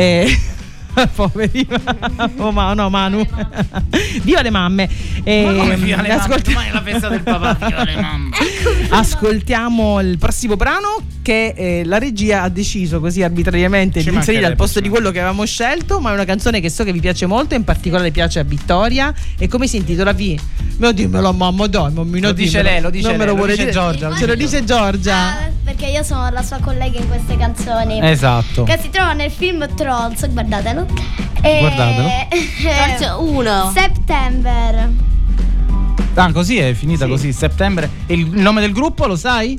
Poverina. No, Manu. Viva le mamme. Viva le mamme? Domani è la festa del papà. Viva le mamme. Ascoltiamo il prossimo brano che la regia ha deciso così arbitrariamente di inserire al posto di quello che avevamo scelto, ma è una canzone che so che vi piace molto, in particolare piace a Vittoria. E come si intitola? Dimmelo mamma, dai, mammina. Lo dice lei, lo dice non lei, me lo vuole dice dire Giorgia. Ce lo dice Giorgia. Perché io sono la sua collega in queste canzoni. Esatto. Che si trova nel film Trolls, guardatelo. Guardatelo. Trolls 1 September. Ah, così è finita così, settembre. E il nome del gruppo lo sai?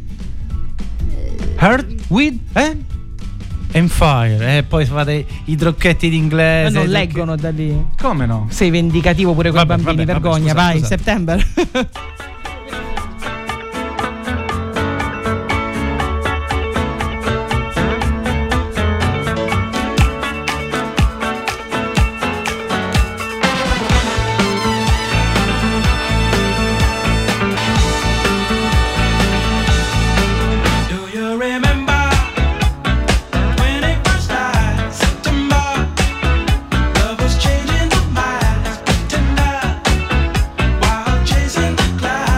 Heart with and Fire. E poi fate i drocchetti d'inglese. Non leggono da lì. Come no? Sei vendicativo pure con i bambini, vergogna. Scusa, vai, scusa. September. Chasing the clouds.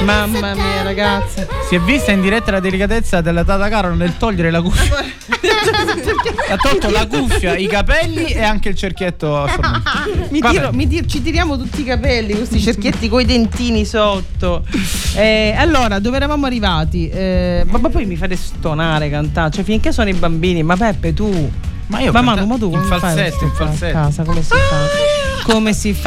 Mamma mia, ragazzi. Si è vista in diretta la delicatezza della Tata Carol nel togliere la cuffia. Ha tolto la cuffia, i capelli e anche il cerchietto a formaggio. Ci tiriamo tutti i capelli, questi cerchietti coi dentini sotto. Allora, dove eravamo arrivati? Ma poi mi fate stonare cantare, cioè finché sono i bambini. Ma Peppe, tu. Ma io Manu, ma tu in falsetto, in falsetto. A casa, come si fa? Come si fa?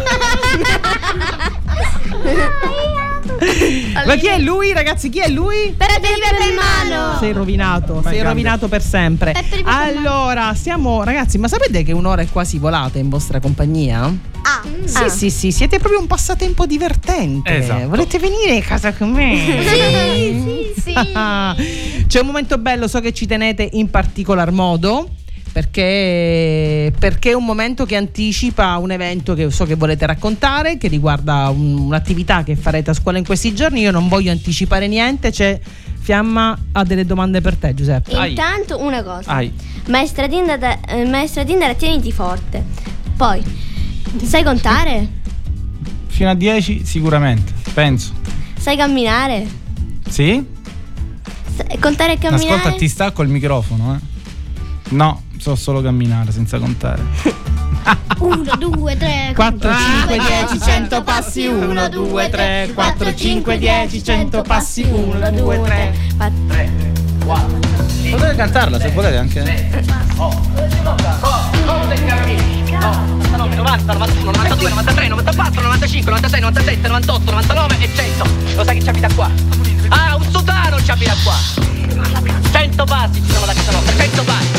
Ma chi è lui, ragazzi? Chi è lui? Peppe Mano. Sei rovinato per sempre. Allora, ragazzi, ma sapete che un'ora è quasi volata in vostra compagnia? Sì, siete proprio un passatempo divertente. Esatto. Volete venire a casa con me? Sì. C'è un momento bello, so che ci tenete in particolar modo. Perché è un momento che anticipa un evento che so che volete raccontare, che riguarda un'attività che farete a scuola in questi giorni. Io non voglio anticipare niente. Fiamma ha delle domande per te, Giuseppe. Intanto una cosa. Maestra Tindara, tieniti forte. Poi, sai contare? Fino a 10 sicuramente, penso. Sai camminare? Sì? Contare e camminare? Ascolta, ti stacco il microfono, No, so solo camminare senza contare. 1, 2, 3, 4, 5, 10, 100 passi. 1, 2, 3, 4, 5, 10, 100 passi. 1, 2, 3, 4. Potete cantarla se volete anche. 90, 91, 92, 93, 94, 95, 96, 97, 98, 99 e 100. Lo sai che ci abita qua? Ah, un sudano ci abita qua. 100 passi ci sono da casa nostra, 100 passi.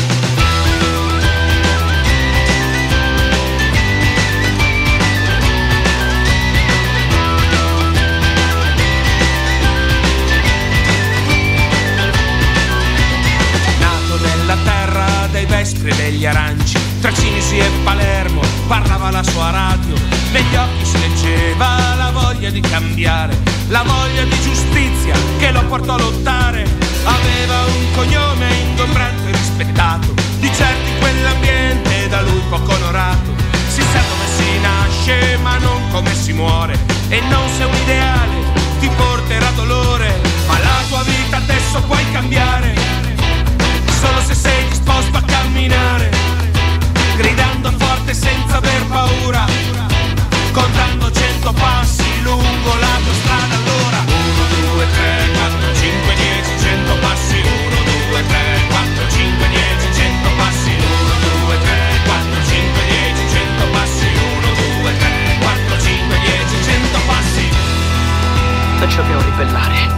Dei vespri e degli aranci, tra Cinisi e Palermo parlava la sua radio, negli occhi si leggeva la voglia di cambiare, la voglia di giustizia che lo portò a lottare. Aveva un cognome ingombrante e rispettato, di certo in quell'ambiente da lui poco onorato. Si sa come si nasce ma non come si muore, e non se un ideale ti porterà dolore, ma la tua vita adesso puoi cambiare solo se sei disposto a camminare, gridando forte senza aver paura, contando 100 passi lungo la tua strada. Allora 1, 2, 3, 4, 5, 10, 100 passi. 1, 2, 3, 4, 5, 10, 100 passi. 1, 2, 3, 4, 5, 10, 100 passi. 1, 2, 3, 4, 5, 10, 100 passi. Noi ci dobbiamo ribellare.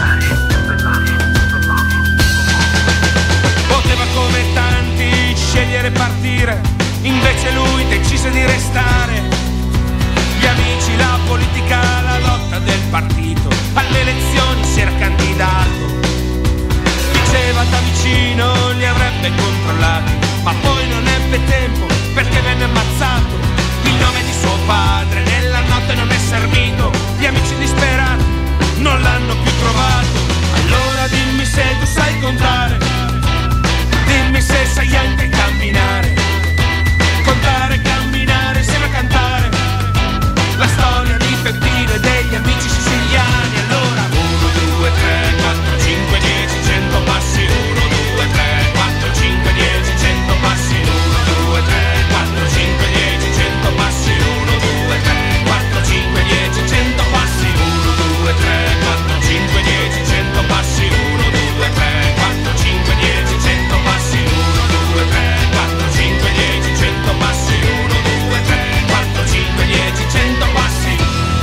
Poteva come tanti scegliere partire, invece lui decise di restare. Gli amici, la politica, la lotta del partito, alle elezioni si era candidato. Diceva da vicino li avrebbe controllati, ma poi non ebbe tempo perché venne ammazzato. Il nome di suo padre nella notte non è servito, gli amici disperati non l'hanno più trovato. Allora dimmi se tu sai contare, dimmi se sai anche camminare, contare e camminare insieme a cantare la storia di Peppino e degli amici siciliani. Allora 1, 2, 3, 4, 5, 10, 100 passi. 1, 2, 3, 4, 5, 10, 100 passi. 1, 2, 3, 4, 5, 10, 100 passi. 1, 2, 3, 4, 5, 10, 100 passi. 1, 2, 3, 4, 5, 10, 100 passi. 1, 2, 3, 4, 5, 10, 100 passi. 1, 2, 3, 4, 5, 10, 100 passi. 1, 2, 3, 4, 5, 10, 100 passi.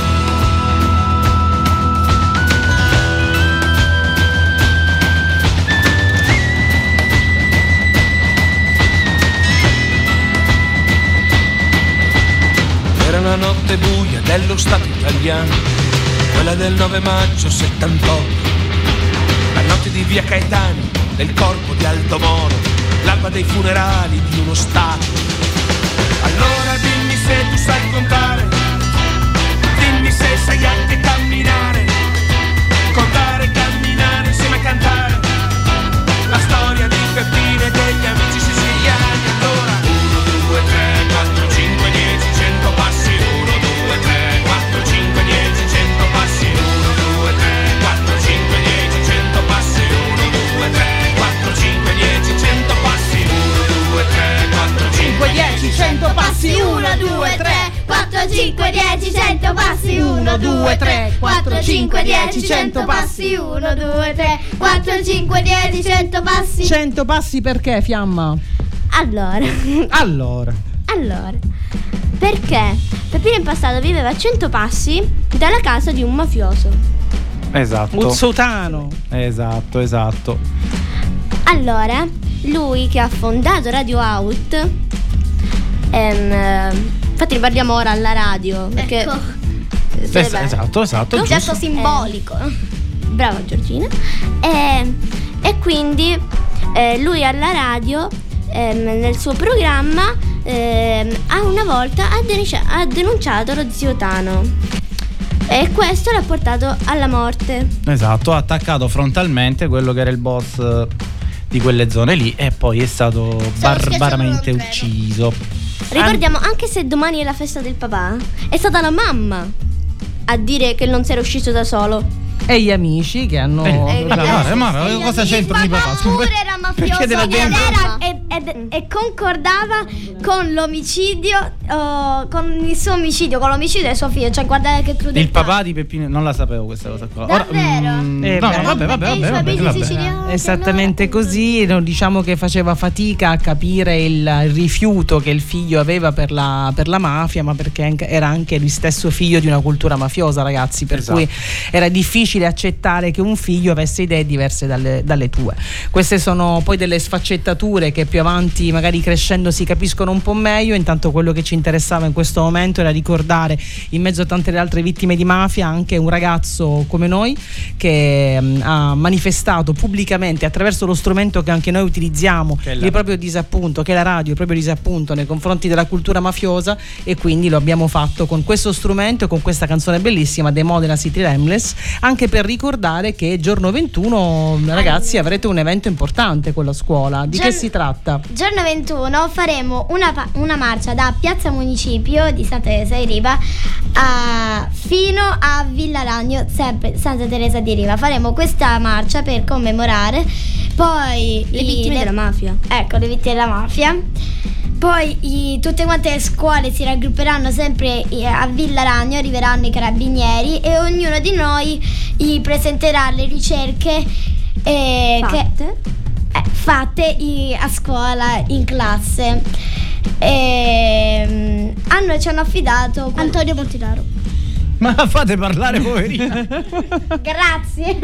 Era una notte buia dello Stato italiano, quella del 9 maggio 78, la notte di via Caetani, del corpo di Aldo Moro, l'alba dei funerali di uno Stato. Allora dimmi se tu sai contare, dimmi se sai anche camminare, contare e camminare insieme a cantare la storia di Peppino e degli amici siciliani. Allora 1, 2, 3, 4, 5, 10, 100 passi. 1, 2, 3, 4, 5, 10, 100 passi. 1, 2, 3, 4, 5, 10, 100 passi. 1, 2, 3, 4, 5, 10, 100 passi. 1, 2, 3, 4, 5, 10, 100 passi. 100 passi perché, Fiamma? Allora, perché Peppino in passato viveva a 100 passi dalla casa di un mafioso. Esatto. Uzzutano. Esatto. Allora, lui che ha fondato Radio Out, infatti ne parliamo ora alla radio, perché esatto, un gesto simbolico. Brava Giorgina. E quindi lui alla radio, nel suo programma, una volta ha denunciato lo zio Tano. E questo l'ha portato alla morte. Esatto, ha attaccato frontalmente quello che era il boss di quelle zone lì e poi è stato barbaramente ucciso. Ricordiamo, anche se domani è la festa del papà, è stata la mamma a dire che non si era uscito da solo. E gli amici che hanno cosa c'entra di papà? Pure era mafioso e concordava con l'omicidio, con il suo omicidio, con l'omicidio di sua figlia. Cioè, guardate che crudeltà. Il papà di Peppino, non la sapevo questa cosa qua. Davvero? Vabbè. Esattamente così. Diciamo che faceva fatica a capire il rifiuto che il figlio aveva per la mafia, ma perché era anche lui stesso figlio di una cultura mafiosa, ragazzi, per cui era difficile accettare che un figlio avesse idee diverse dalle tue. Queste sono poi delle sfaccettature che più avanti, magari crescendo, si capiscono un po' meglio. Intanto quello che ci interessava in questo momento era ricordare, in mezzo a tante altre vittime di mafia, anche un ragazzo come noi che ha manifestato pubblicamente, attraverso lo strumento che anche noi utilizziamo, il proprio disappunto, che è la radio, il proprio disappunto nei confronti della cultura mafiosa, e quindi lo abbiamo fatto con questo strumento e con questa canzone bellissima dei Modena City Ramblers, anche per ricordare che giorno 21, ragazzi, avrete un evento importante con la scuola. Di che si tratta? Giorno 21 faremo una marcia da Piazza Municipio di Santa Teresa di Riva fino a Villa Ragno, sempre Santa Teresa di Riva. Faremo questa marcia per commemorare poi le vittime della mafia. Ecco, le vittime della mafia. Poi tutte quante le scuole si raggrupperanno sempre a Villa Ragno, arriveranno i carabinieri e ognuno di noi gli presenterà le ricerche fatte a scuola, in classe. A noi ci hanno affidato Antonio Montinaro. Ma la fate parlare, poverina. Grazie.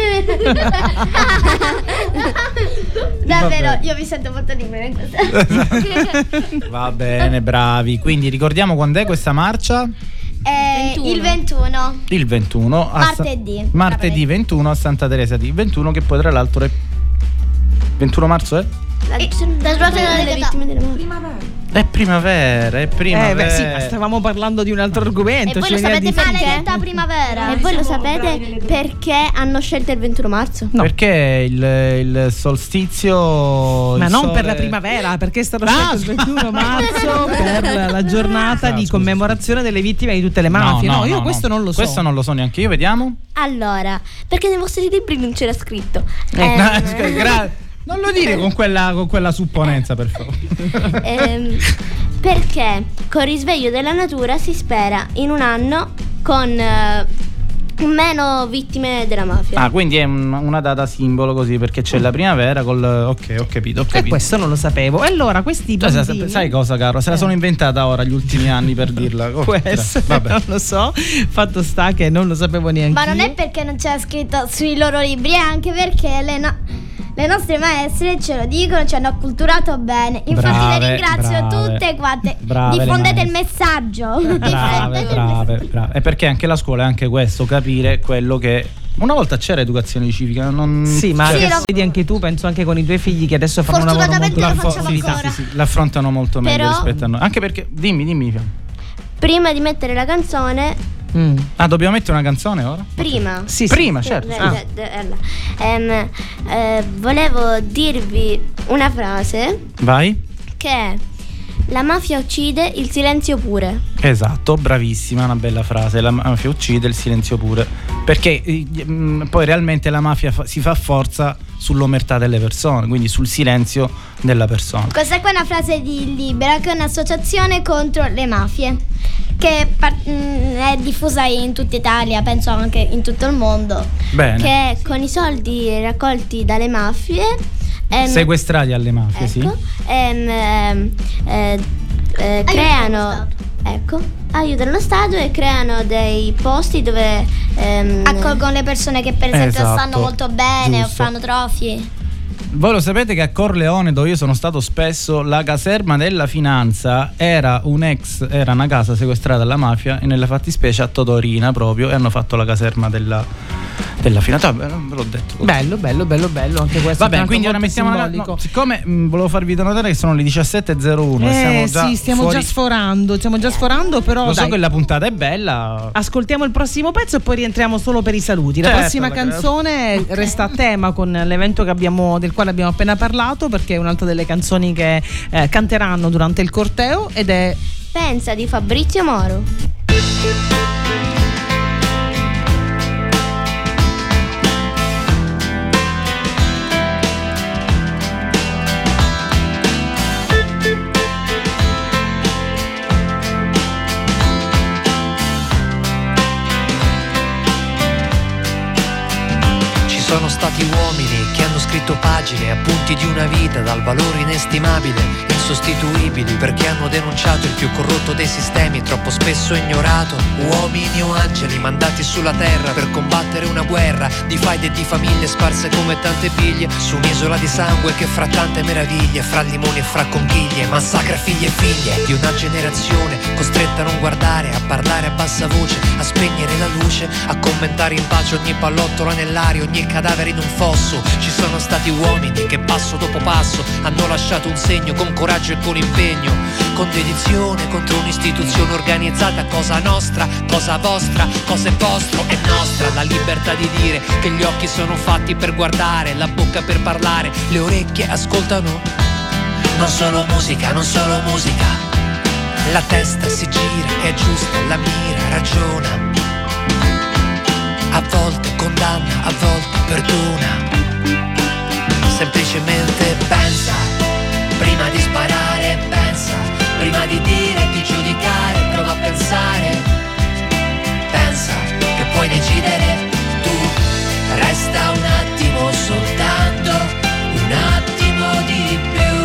Davvero, io mi sento molto libera in questo. Va bene, bravi. Quindi ricordiamo quando è questa marcia? Il 21. Il 21 martedì 21 a Santa Teresa di 21, che poi tra l'altro è 21 marzo è? La giornata delle vittime della mafia. È primavera. Sì, ma stavamo parlando di un altro argomento. E voi lo sapete perché? Primavera. E voi lo sapete perché hanno scelto il 21 marzo? No. Perché il solstizio. Ma non per la primavera, perché è stato scelto il 21 marzo per la giornata di commemorazione delle vittime di tutte le mafie. No, io questo non lo so. Questo non lo so neanche io, vediamo. Allora, perché nei vostri libri non c'era scritto. Non lo dire con quella supponenza, per favore. Perché col risveglio della natura si spera in un anno con meno vittime della mafia. Quindi è una data simbolo, così, perché c'è la primavera Ok, ho capito. E questo non lo sapevo. E allora questi bambini... Sai cosa, caro? Se la sono inventata ora, gli ultimi anni, per dirla. Vabbè. Non lo so. Fatto sta che non lo sapevo neanche. Ma non è perché non c'è scritto sui loro libri, è anche perché le nostre maestre ce lo dicono, ci hanno acculturato bene. Infatti le ringrazio tutte quante. Diffondete il messaggio. Brave. E perché anche la scuola è anche questo, capire quello che una volta c'era educazione civica. Sì, ma vedi anche tu, penso anche con i tuoi figli che adesso fanno un lavoro molto l'affrontano molto meglio rispetto a noi. Anche perché dimmi. Prima di mettere la canzone. Dobbiamo mettere una canzone ora? Prima. Sì, prima, certo. Volevo dirvi una frase. Vai. Che la mafia uccide, il silenzio pure. Esatto, bravissima, una bella frase. La mafia uccide, il silenzio pure. Perché poi realmente la mafia si fa forza sull'omertà delle persone, quindi sul silenzio della persona. Questa qua è una frase di Libera, che è un'associazione contro le mafie, che è diffusa in tutta Italia, penso anche in tutto il mondo. Bene. Che con i soldi raccolti dalle mafie sequestrati alle mafie, ecco, creano, aiutano lo Stato e creano dei posti dove accolgono le persone che per esempio stanno molto bene, giusto, o fanno trofi. Voi lo sapete che a Corleone, dove io sono stato spesso, la caserma della finanza era una casa sequestrata dalla mafia, e nella fattispecie a Totorina proprio, e hanno fatto la caserma della finanza. Vabbè, ve l'ho detto. Bello anche questo. Vabbè, quindi ora mettiamo siccome volevo farvi notare che sono le 17:01, stiamo già sforando, però lo so che la puntata è bella. Ascoltiamo il prossimo pezzo e poi rientriamo solo per i saluti. La prossima canzone resta a tema con l'evento del quale abbiamo appena parlato, perché è un'altra delle canzoni che canteranno durante il corteo, ed è Pensa di Fabrizio Moro. Sono stati uomini che hanno scritto pagine, appunti di una vita dal valore inestimabile, insostituibili, perché hanno denunciato il più corrotto dei sistemi, troppo spesso ignorato. Uomini o angeli mandati sulla terra per combattere una guerra di faide e di famiglie sparse come tante biglie su un'isola di sangue che fra tante meraviglie, fra limoni e fra conchiglie, massacra figli e figlie di una generazione costretta a non guardare, a parlare a bassa voce, a spegnere la luce, a commentare in pace ogni pallottola nell'aria, ogni cadavere in un fosso. Ci sono stati uomini che passo dopo passo hanno lasciato un segno con coraggio e con impegno, con dedizione contro un'istituzione organizzata, cosa nostra, cosa vostra, cosa è vostro è nostra. La libertà di dire che gli occhi sono fatti per guardare, la bocca per parlare, le orecchie ascoltano. Non solo musica, non solo musica, la testa si gira, è giusta, la mira, ragiona, a volte condanna, a volte perdona. Semplicemente pensa, prima di sparare, pensa, prima di dire e di giudicare, prova a pensare. Pensa che puoi decidere tu, resta un attimo soltanto, un attimo di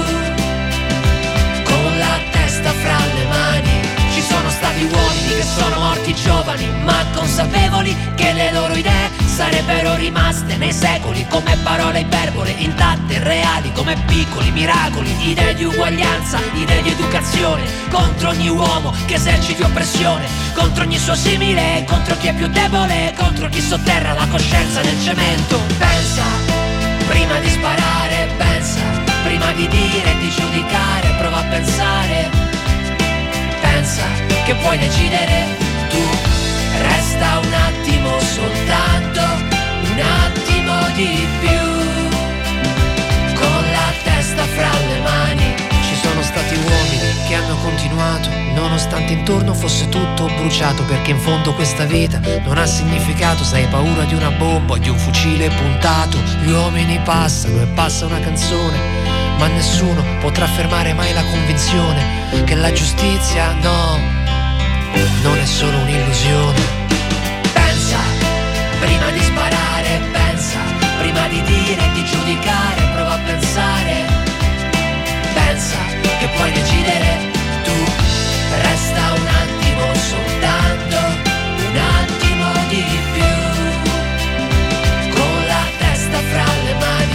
più, con la testa fra le mani. Ci sono stati uomini che sono morti giovani, ma consapevoli che le loro idee sarebbero rimaste nei secoli come parole iperbole, intatte, reali come piccoli miracoli. Idee di uguaglianza, idee di educazione, contro ogni uomo che eserciti oppressione, contro ogni suo simile, contro chi è più debole, contro chi sotterra la coscienza nel cemento. Pensa, prima di sparare, pensa, prima di dire e di giudicare, prova a pensare. Pensa che puoi decidere tu, resta un attimo soltanto, un attimo di più, con la testa fra le mani. Ci sono stati uomini che hanno continuato, nonostante intorno fosse tutto bruciato, perché in fondo questa vita non ha significato se hai paura di una bomba o di un fucile puntato. Gli uomini passano e passa una canzone, ma nessuno potrà fermare mai la convinzione che la giustizia, no, non è solo un'illusione. Pensa, prima di sparare, pensa, prima di dire e di giudicare, prova a pensare. Pensa che puoi decidere tu, resta un attimo soltanto, un attimo di più, con la testa fra le mani.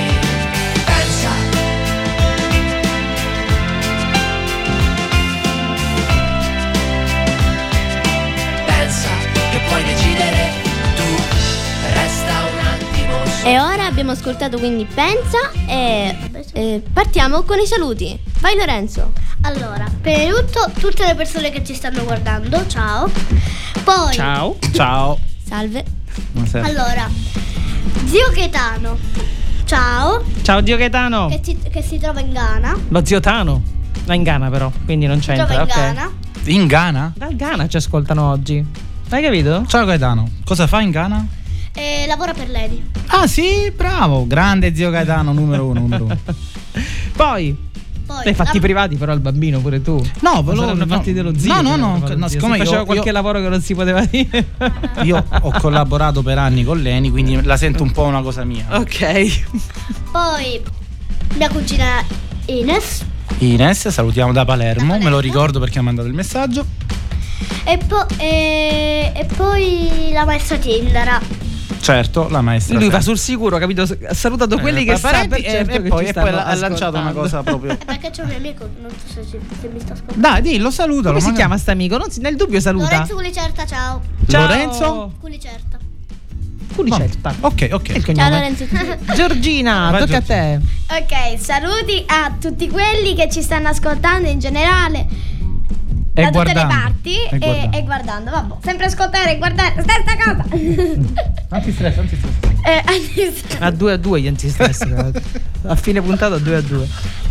Puoi decidere tu, resta un attimo solo. E ora abbiamo ascoltato quindi Pensa e partiamo con i saluti. Vai Lorenzo. Allora, prima di tutto tutte le persone che ci stanno guardando, ciao. Poi Ciao. Salve. Buonasera. Allora, zio Gaetano, ciao. Ciao zio Gaetano. Che si trova in Ghana. Lo zio Tano va in Ghana, però, quindi non c'entra. Si trova in okay. Ghana. In Ghana? Dal Ghana ci ascoltano oggi. Hai capito? Ciao Gaetano, cosa fa in Ghana? lavora per Leni. Ah sì, bravo, grande zio Gaetano, numero uno. Poi hai fatti privati però al bambino pure tu. No, saranno fatti dello zio. No, siccome faceva qualche lavoro che non si poteva dire. Io ho collaborato per anni con Leni, quindi la sento un po' una cosa mia. Ok. Poi mia cugina Ines, salutiamo da Palermo, me lo ricordo perché ha mandato il messaggio. E poi la maestra Tindara. Certo, la maestra. Lui va sul sicuro, capito? Ha salutato quelli che sa per certo e poi ha lanciato una cosa proprio. Perché c'è un mio amico, non so se mi sta ascoltando. Dai, dillo, salutalo. Come si chiama sta amico? Nel dubbio saluta. Lorenzo Culicerta, ciao. Lorenzo Culicerta. Ok. Ciao Lorenzo. Giorgina, vai, tocca a te. Ok, saluti a tutti quelli che ci stanno ascoltando in generale. Da tutte le parti e guardando, vabbè, sempre ascoltare e guardare, stessa cosa. Antistress. A 2-2 gli antistress. A fine puntata 2-2.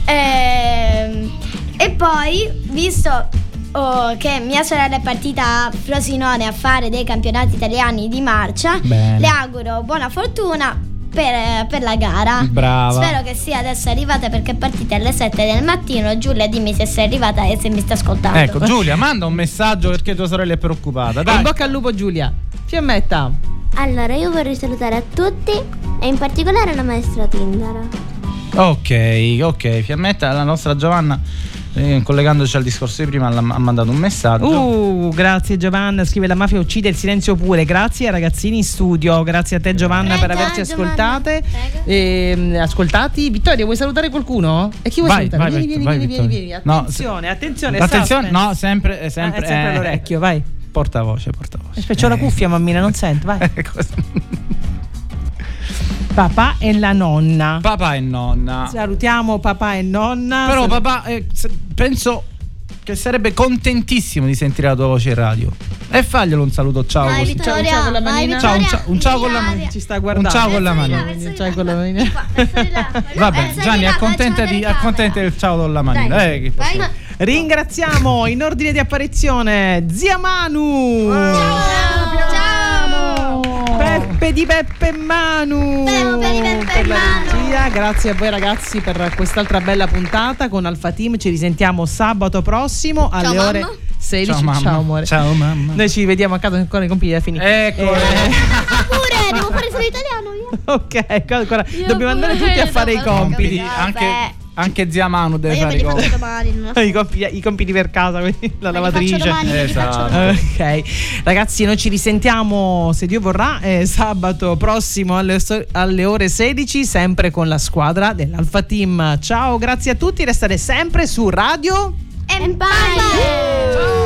E poi, visto che mia sorella è partita a Frosinone a fare dei campionati italiani di marcia, le auguro buona fortuna per la gara. Brava. Spero che sia adesso arrivata perché è partita alle 7 del mattino. Giulia, dimmi se sei arrivata e se mi sta ascoltando. Ecco, Giulia, manda un messaggio perché tua sorella è preoccupata. Dai. In bocca al lupo, Giulia. Fiammetta. Allora, io vorrei salutare a tutti e in particolare la maestra Tindara. Ok, Fiammetta, la nostra Giovanna, collegandoci al discorso di prima, ha mandato un messaggio. Grazie Giovanna, scrive: la mafia uccide, il silenzio pure. Grazie ai ragazzini in studio, grazie a te Giovanna per averci ascoltate. Ascoltati. Vittoria, vuoi salutare qualcuno? E chi vuoi salutare? Vieni. Attenzione. No, sempre all'orecchio, vai. Portavoce. C'ho la cuffia, mammina, non sento, vai. Papà e la nonna. Salutiamo papà e nonna. Però papà, penso che sarebbe contentissimo di sentire la tua voce in radio. E faglielo un saluto, ciao. Vai, così. Vittoria, ciao con la manina. Un ciao con la manina. Ci sta guardando. Un ciao con la manina. Ciao con la manina. Vabbè, Gianni, accontentati del ciao con la manina. Ringraziamo in ordine di apparizione zia Manu. Ciao. Peppe di Peppe e Manu. Per la regia. Grazie a voi ragazzi per quest'altra bella puntata con Alpha Team. Ci risentiamo sabato prossimo alle ore 16. Ciao amore. Ciao mamma. Noi ci vediamo a casa ancora i compiti da finire. Ecco. Pure devo fare solo italiano io. Ok, ancora dobbiamo andare tutti a fare i compiti. Anche zia Manu deve fare i compiti per casa, la lavatrice. Esatto. Ok, ragazzi, noi ci risentiamo se Dio vorrà sabato prossimo alle ore 16, sempre con la squadra dell'Alpha Team. Ciao, grazie a tutti, restate sempre su Radio Empire.